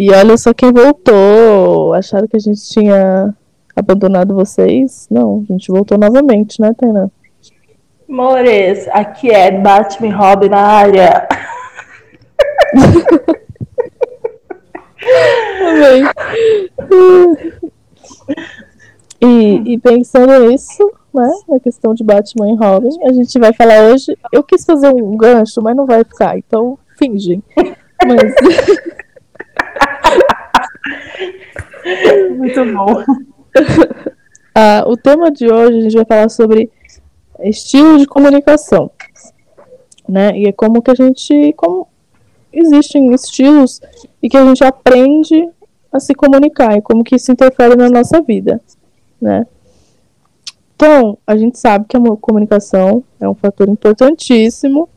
E olha só quem voltou. Acharam que a gente tinha abandonado vocês? Não, a gente voltou novamente, né, Tainá? Mores, aqui é Batman Robin na área. Amém. E pensando nisso, né, na questão de Batman e Robin, a gente vai falar hoje. Eu quis fazer um gancho, mas não vai ficar, então fingem. Mas Muito bom. o tema de hoje a gente vai falar sobre estilo de comunicação, né? E é como que como existem estilos e que a gente aprende a se comunicar e como que isso interfere na nossa vida, né? Então, a gente sabe que a comunicação é um fator importantíssimo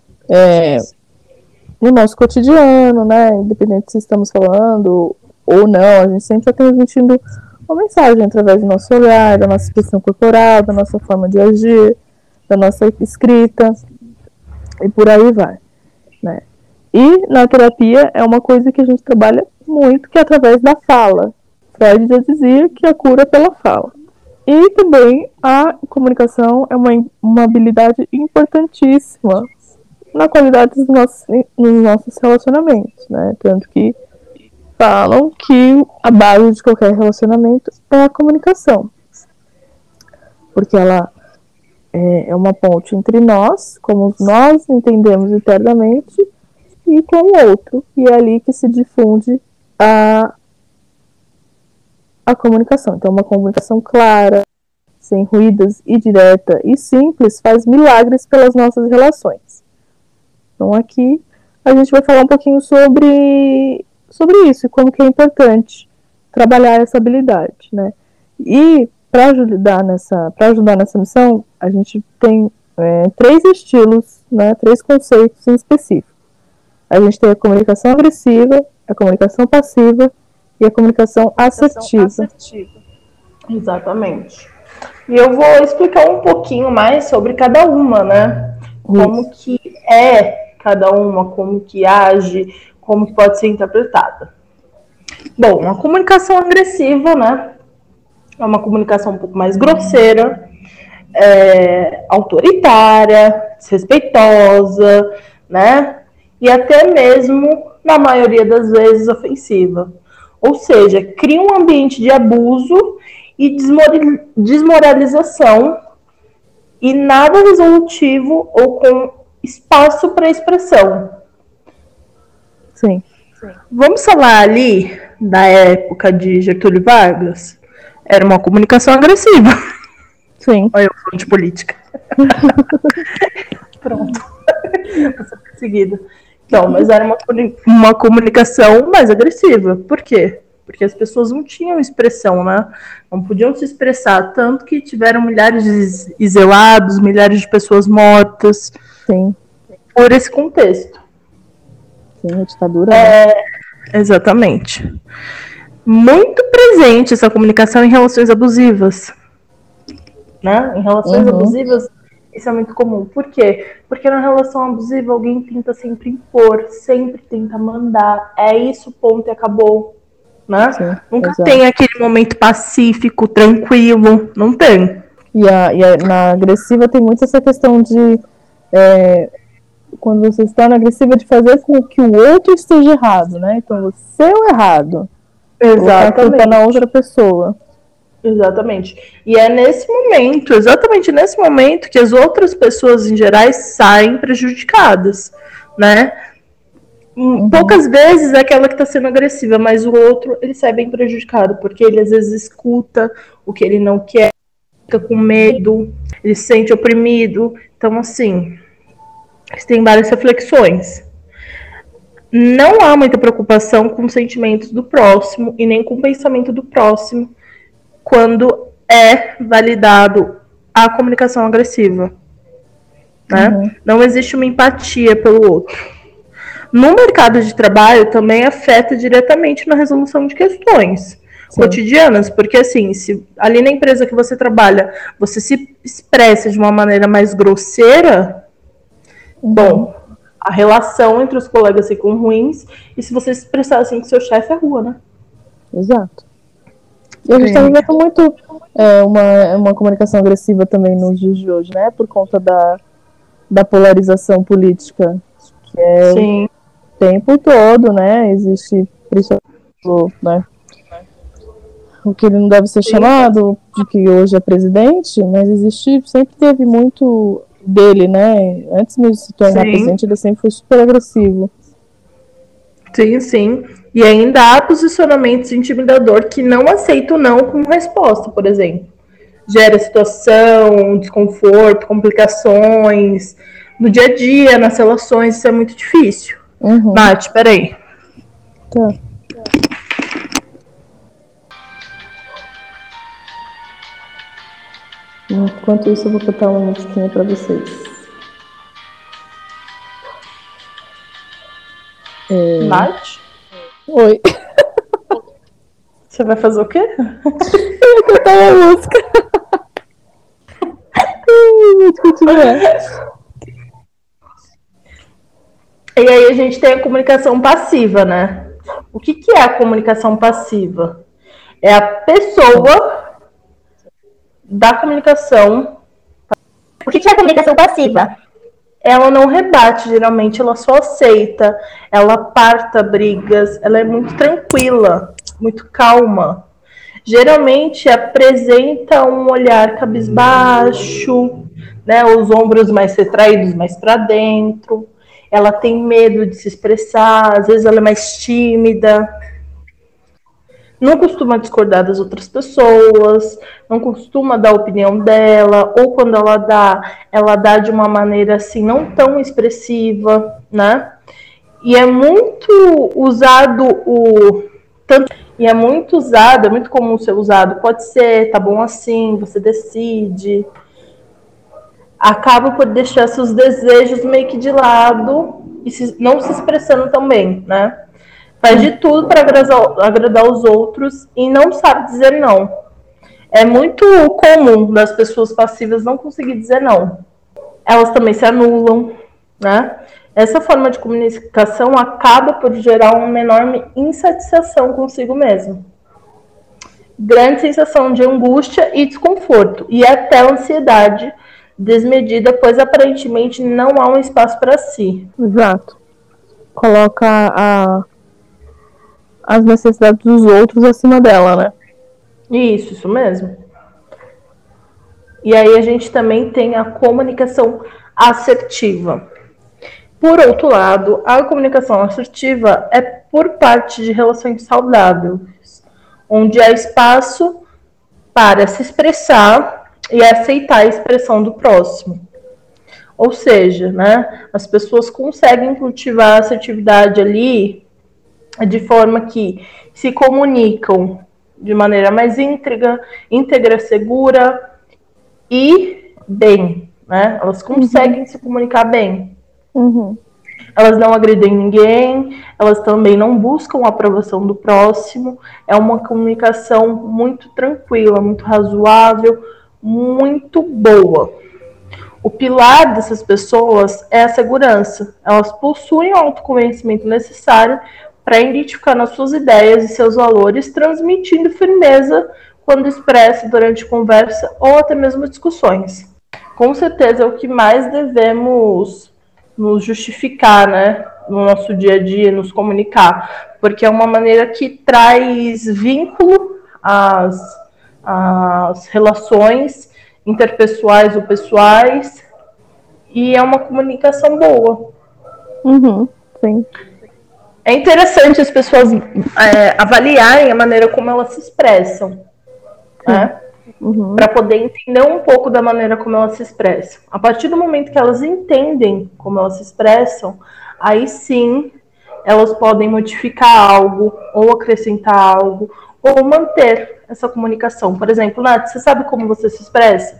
no nosso cotidiano, né? Independente se estamos falando ou não, a gente sempre está transmitindo uma mensagem através do nosso olhar, da nossa expressão corporal, da nossa forma de agir, da nossa escrita e por aí vai, né? E na terapia é uma coisa que a gente trabalha muito, que é através da fala. Freud já dizia que a cura é pela fala. E também a comunicação é uma habilidade importantíssima na qualidade nos nossos relacionamentos, né? Tanto que falam que a base de qualquer relacionamento é a comunicação. Porque ela é uma ponte entre nós, como nós entendemos internamente, e com o outro. E é ali que se difunde a comunicação. Então, uma comunicação clara, sem ruídos e direta e simples, faz milagres pelas nossas relações. Então, aqui a gente vai falar um pouquinho sobre isso e como que é importante trabalhar essa habilidade, né? E para ajudar nessa missão, a gente tem 3 estilos, né? 3 conceitos em específico. A gente tem a comunicação agressiva, a comunicação passiva e a comunicação assertiva. Exatamente. E eu vou explicar um pouquinho mais sobre cada uma, né? Como que é cada uma, como que age, como que pode ser interpretada. Bom, a comunicação agressiva, né? É uma comunicação um pouco mais grosseira, autoritária, desrespeitosa, né? E até mesmo, na maioria das vezes, ofensiva. Ou seja, cria um ambiente de abuso e desmoralização e nada resolutivo ou com espaço para expressão. Sim. Vamos falar ali da época de Getúlio Vargas? Era uma comunicação agressiva. Sim. Olha, eu falando de política. Pronto. Vou ser perseguida. Então, mas era uma comunicação mais agressiva. Por quê? Porque as pessoas não tinham expressão, né? Não podiam se expressar. Tanto que tiveram milhares de exilados, milhares de pessoas mortas. Sim. Por esse contexto. Sim, a ditadura. Né? Exatamente. Muito presente essa comunicação em relações abusivas. Né? Em relações abusivas, isso é muito comum. Por quê? Porque na relação abusiva alguém tenta sempre impor, sempre tenta mandar. É isso, ponto, e acabou. Né? Sim, nunca exato. tem aquele momento pacífico, tranquilo. Não tem. Na agressiva tem muito essa questão de quando você está na agressiva de fazer com que o outro esteja errado, né? Então você é o errado. Exatamente. Tá na outra pessoa. Exatamente. E é exatamente nesse momento, que as outras pessoas em geral saem prejudicadas, né? Poucas vezes é aquela que está sendo agressiva, mas o outro, ele sai bem prejudicado, porque ele às vezes escuta o que ele não quer, fica com medo, ele se sente oprimido. Então, assim, tem várias reflexões. Não há muita preocupação com os sentimentos do próximo e nem com o pensamento do próximo quando é validado a comunicação agressiva. Né? Não existe uma empatia pelo outro. No mercado de trabalho também afeta diretamente na resolução de questões cotidianas, porque assim, se ali na empresa que você trabalha, você se expressa de uma maneira mais grosseira, bom, a relação entre os colegas ficam ruins, e se você se expressar assim com seu chefe, é rua, né? Exato. E a gente está vivendo muito uma comunicação agressiva também nos dias de hoje, né? Por conta da polarização política, que é Sim. o tempo todo, né? Existe, né? O que ele não deve ser chamado de que hoje é presidente, mas sempre teve muito dele, né? Antes mesmo de se tornar presidente, ele sempre foi super agressivo. Sim, sim. E ainda há posicionamentos intimidador que não aceitam não como resposta, por exemplo. Gera situação, desconforto, complicações. No dia a dia, nas relações, isso é muito difícil. Nath, peraí. Tá. Enquanto isso, eu vou cantar uma musiquinha pra vocês. Nath? Oi. Você vai fazer o quê? Eu vou cantar uma música. Vamos continuar. E aí a gente tem a comunicação passiva, né? O que é a comunicação passiva? É a pessoa da comunicação. O que é a comunicação passiva? Ela não rebate, geralmente ela só aceita, ela aparta brigas, ela é muito tranquila, muito calma. Geralmente apresenta um olhar cabisbaixo, né, os ombros mais retraídos, mais para dentro. Ela tem medo de se expressar, às vezes ela é mais tímida. Não costuma discordar das outras pessoas, não costuma dar a opinião dela, ou quando ela dá de uma maneira assim não tão expressiva, né? E é muito usado é muito comum ser usado. Pode ser, tá bom assim, você decide. Acaba por deixar seus desejos meio que de lado e não se expressando tão bem, né? Faz de tudo para agradar os outros e não sabe dizer não. É muito comum das pessoas passivas não conseguir dizer não. Elas também se anulam, né? Essa forma de comunicação acaba por gerar uma enorme insatisfação consigo mesmo. Grande sensação de angústia e desconforto, e até ansiedade desmedida, pois aparentemente não há um espaço para si. Exato. Coloca as necessidades dos outros acima dela, né? Isso mesmo. E aí a gente também tem a comunicação assertiva. Por outro lado, a comunicação assertiva é por parte de relações saudáveis, onde há espaço para se expressar e aceitar a expressão do próximo. Ou seja, né, as pessoas conseguem cultivar a assertividade ali de forma que se comunicam de maneira mais íntegra, segura e bem, né? Elas conseguem se comunicar bem. Elas não agredem ninguém, elas também não buscam a aprovação do próximo. É uma comunicação muito tranquila, muito razoável, muito boa. O pilar dessas pessoas é a segurança. Elas possuem o autoconhecimento necessário para identificar nas suas ideias e seus valores, transmitindo firmeza quando expressa durante conversa ou até mesmo discussões. Com certeza é o que mais devemos nos justificar, né, no nosso dia a dia, nos comunicar, porque é uma maneira que traz vínculo às relações interpessoais ou pessoais, e é uma comunicação boa. Sim. É interessante as pessoas avaliarem a maneira como elas se expressam, né? Para poder entender um pouco da maneira como elas se expressam. A partir do momento que elas entendem como elas se expressam, aí sim elas podem modificar algo, ou acrescentar algo, ou manter essa comunicação. Por exemplo, Nath, você sabe como você se expressa?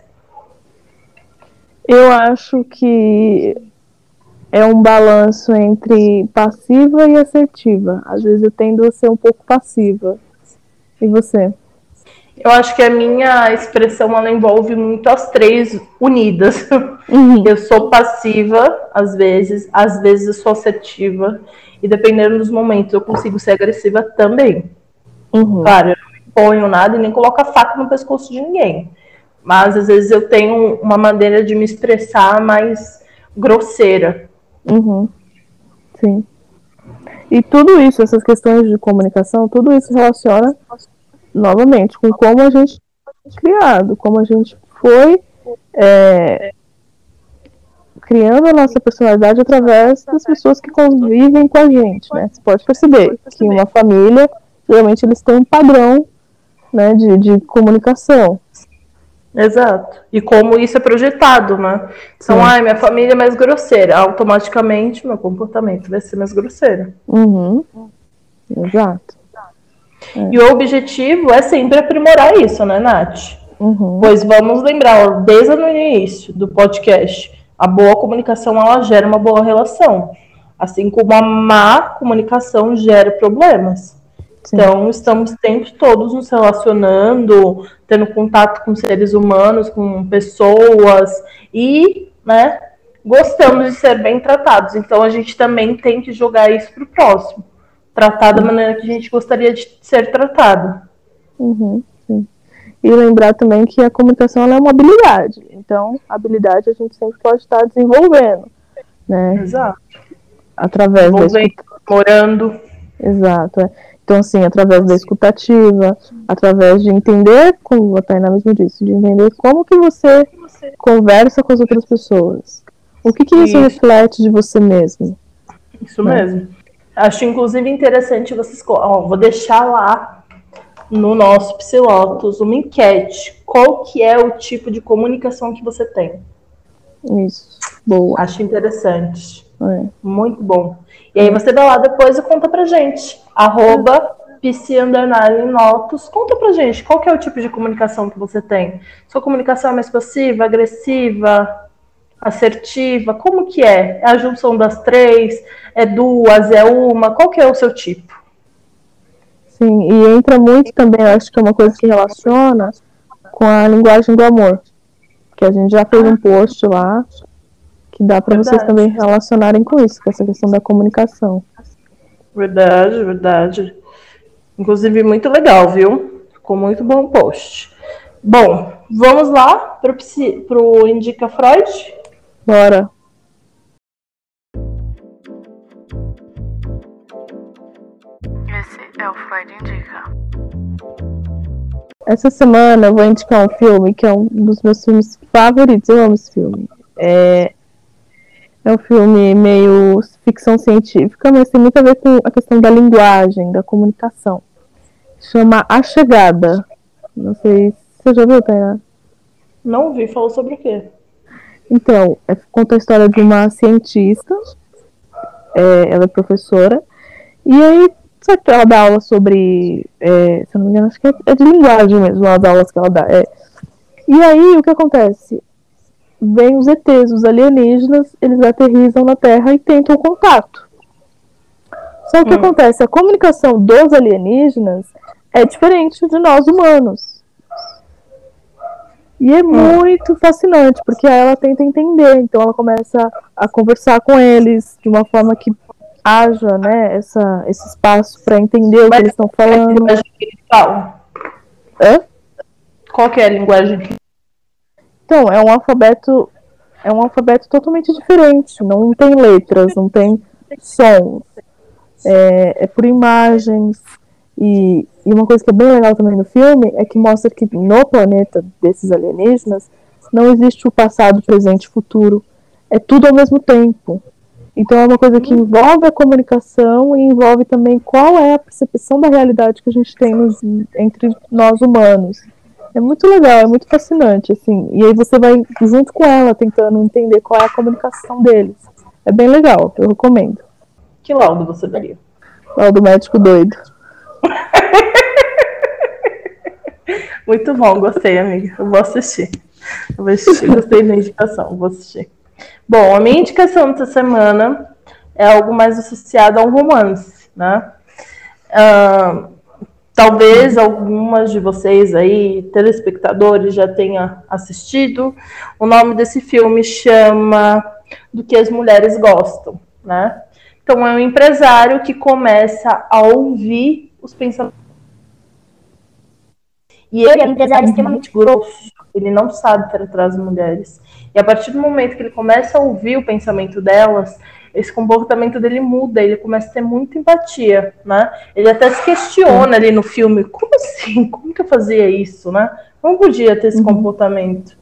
Eu acho que é um balanço entre passiva e assertiva. Às vezes eu tendo a ser um pouco passiva. E você? Eu acho que a minha expressão, ela envolve muito as três unidas. Eu sou passiva, às vezes eu sou assertiva, e dependendo dos momentos eu consigo ser agressiva também. Claro, eu não imponho nada e nem coloco a faca no pescoço de ninguém. Mas às vezes eu tenho uma maneira de me expressar mais grosseira. Sim. E tudo isso, essas questões de comunicação, tudo isso relaciona novamente com como a gente foi criado, como a gente foi criando a nossa personalidade através das pessoas que convivem com a gente, né? Você pode perceber que uma família, geralmente eles têm um padrão, né, de comunicação. Exato. E como isso é projetado, né? Então, minha família é mais grosseira. Automaticamente, meu comportamento vai ser mais grosseiro. Exato. E o objetivo é sempre aprimorar isso, né, Nath? Pois vamos lembrar, desde o início do podcast, a boa comunicação, ela gera uma boa relação. Assim como a má comunicação gera problemas. Sim. Então, estamos sempre todos nos relacionando, tendo contato com seres humanos, com pessoas e, né, gostamos de ser bem tratados. Então, a gente também tem que jogar isso para o próximo. Tratar da maneira que a gente gostaria de ser tratado. Sim. E lembrar também que a comunicação ela é uma habilidade. Então, a habilidade a gente sempre pode estar desenvolvendo, né? Exato. Através da escuta... morando. Exato. Então, assim, através da escutativa, através de entender, como a Tainá mesmo disse, de entender como que você conversa com as outras pessoas. O que isso reflete de você mesmo. Isso mesmo. Acho, inclusive, interessante vocês... vou deixar lá no nosso Psilotos uma enquete. Qual que é o tipo de comunicação que você tem? Isso. Boa. Acho interessante. Muito bom. E aí você vai lá depois e conta pra gente. @psi_notos. Conta pra gente qual que é o tipo de comunicação que você tem. Sua comunicação é mais passiva, agressiva, assertiva? Como que é? É a junção das três? É duas? É uma? Qual que é o seu tipo? Sim, e entra muito também, eu acho que é uma coisa que relaciona com a linguagem do amor. Que a gente já fez um post lá, que dá para vocês também relacionarem com isso, com essa questão da comunicação. Verdade. Inclusive, muito legal, viu? Ficou muito bom o post. Bom, vamos lá pro Indica Freud? Bora. Esse é o Freud Indica. Essa semana eu vou indicar um filme que é um dos meus filmes favoritos. Eu amo esse filme. É um filme meio ficção científica, mas tem muito a ver com a questão da linguagem, da comunicação. Chama A Chegada. Não sei se você já viu, Tainá? Não vi. Falou sobre o quê? Então, conta a história de uma cientista. Ela é professora. E aí, sabe que ela dá aula sobre... se eu não me engano, acho que é de linguagem mesmo, as aulas que ela dá. E aí, o que acontece? Vem os ETs, os alienígenas, eles aterrissam na Terra e tentam contato. Só que o que acontece? A comunicação dos alienígenas é diferente de nós humanos. E é muito fascinante, porque aí ela tenta entender. Então ela começa a conversar com eles de uma forma que haja, né, esse espaço para entender o que eles estão falando. Qual que é a linguagem que... Então, é um alfabeto totalmente diferente. Não tem letras, não tem sons. É por imagens. E uma coisa que é bem legal também no filme é que mostra que no planeta desses alienígenas não existe o passado, presente e futuro. É tudo ao mesmo tempo. Então é uma coisa que envolve a comunicação e envolve também qual é a percepção da realidade que a gente tem entre nós humanos. É muito legal, é muito fascinante, assim. E aí você vai junto com ela tentando entender qual é a comunicação deles. É bem legal, eu recomendo. Que laudo você daria? Laudo médico doido. Muito bom, gostei, amiga. Eu vou assistir. Gostei da indicação, vou assistir. Bom, a minha indicação dessa semana é algo mais associado a um romance, né? Talvez algumas de vocês aí, telespectadores, já tenham assistido. O nome desse filme chama Do que as Mulheres Gostam, né? Então é um empresário que começa a ouvir os pensamentos. E ele é um empresário extremamente grosso. Ele não sabe tratar as mulheres. E a partir do momento que ele começa a ouvir o pensamento delas, esse comportamento dele muda, ele começa a ter muita empatia, né? Ele até se questiona ali no filme, como assim? Como que eu fazia isso, né? Não podia ter esse comportamento.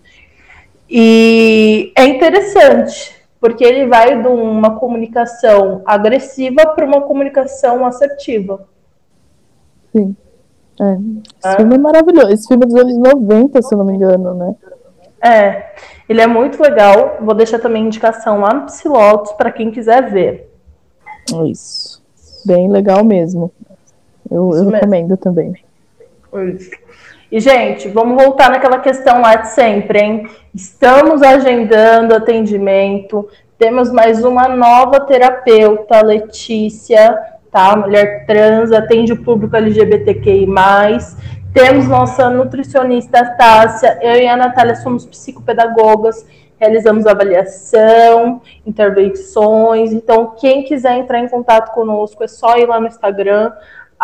E é interessante, porque ele vai de uma comunicação agressiva para uma comunicação assertiva. Sim. Esse filme é maravilhoso. Esse filme é dos anos 90, se eu não me engano, né? Ele é muito legal. Vou deixar também indicação lá no Psilotos para quem quiser ver. Isso. Bem legal mesmo. Eu recomendo também. Isso. E, gente, vamos voltar naquela questão lá de sempre, hein? Estamos agendando atendimento. Temos mais uma nova terapeuta, Letícia, tá? Mulher trans, atende o público LGBTQI+. Temos nossa nutricionista Tássia, eu e a Natália somos psicopedagogas, realizamos avaliação, intervenções. Então, quem quiser entrar em contato conosco, é só ir lá no Instagram,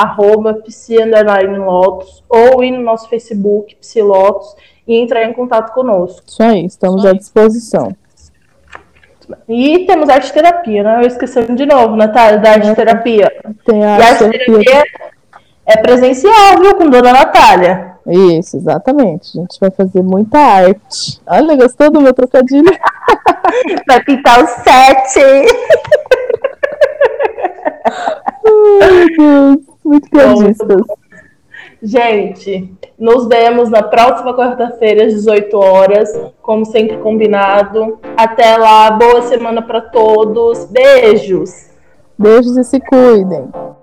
@psi_lotus, ou ir no nosso Facebook, Psilotos, e entrar em contato conosco. Isso aí, estamos à disposição. E temos arte terapia, né? Eu esqueci de novo, Natália, da arte terapia. Tem a arte terapia é presencial, viu, com Dona Natália. Isso, exatamente. A gente vai fazer muita arte. Olha, gostou do meu trocadilho? Vai pintar o 7. Ai, meu Deus, muito piadistas. Gente, nos vemos na próxima quarta-feira às 18 horas, como sempre combinado. Até lá, boa semana para todos. Beijos. Beijos e se cuidem.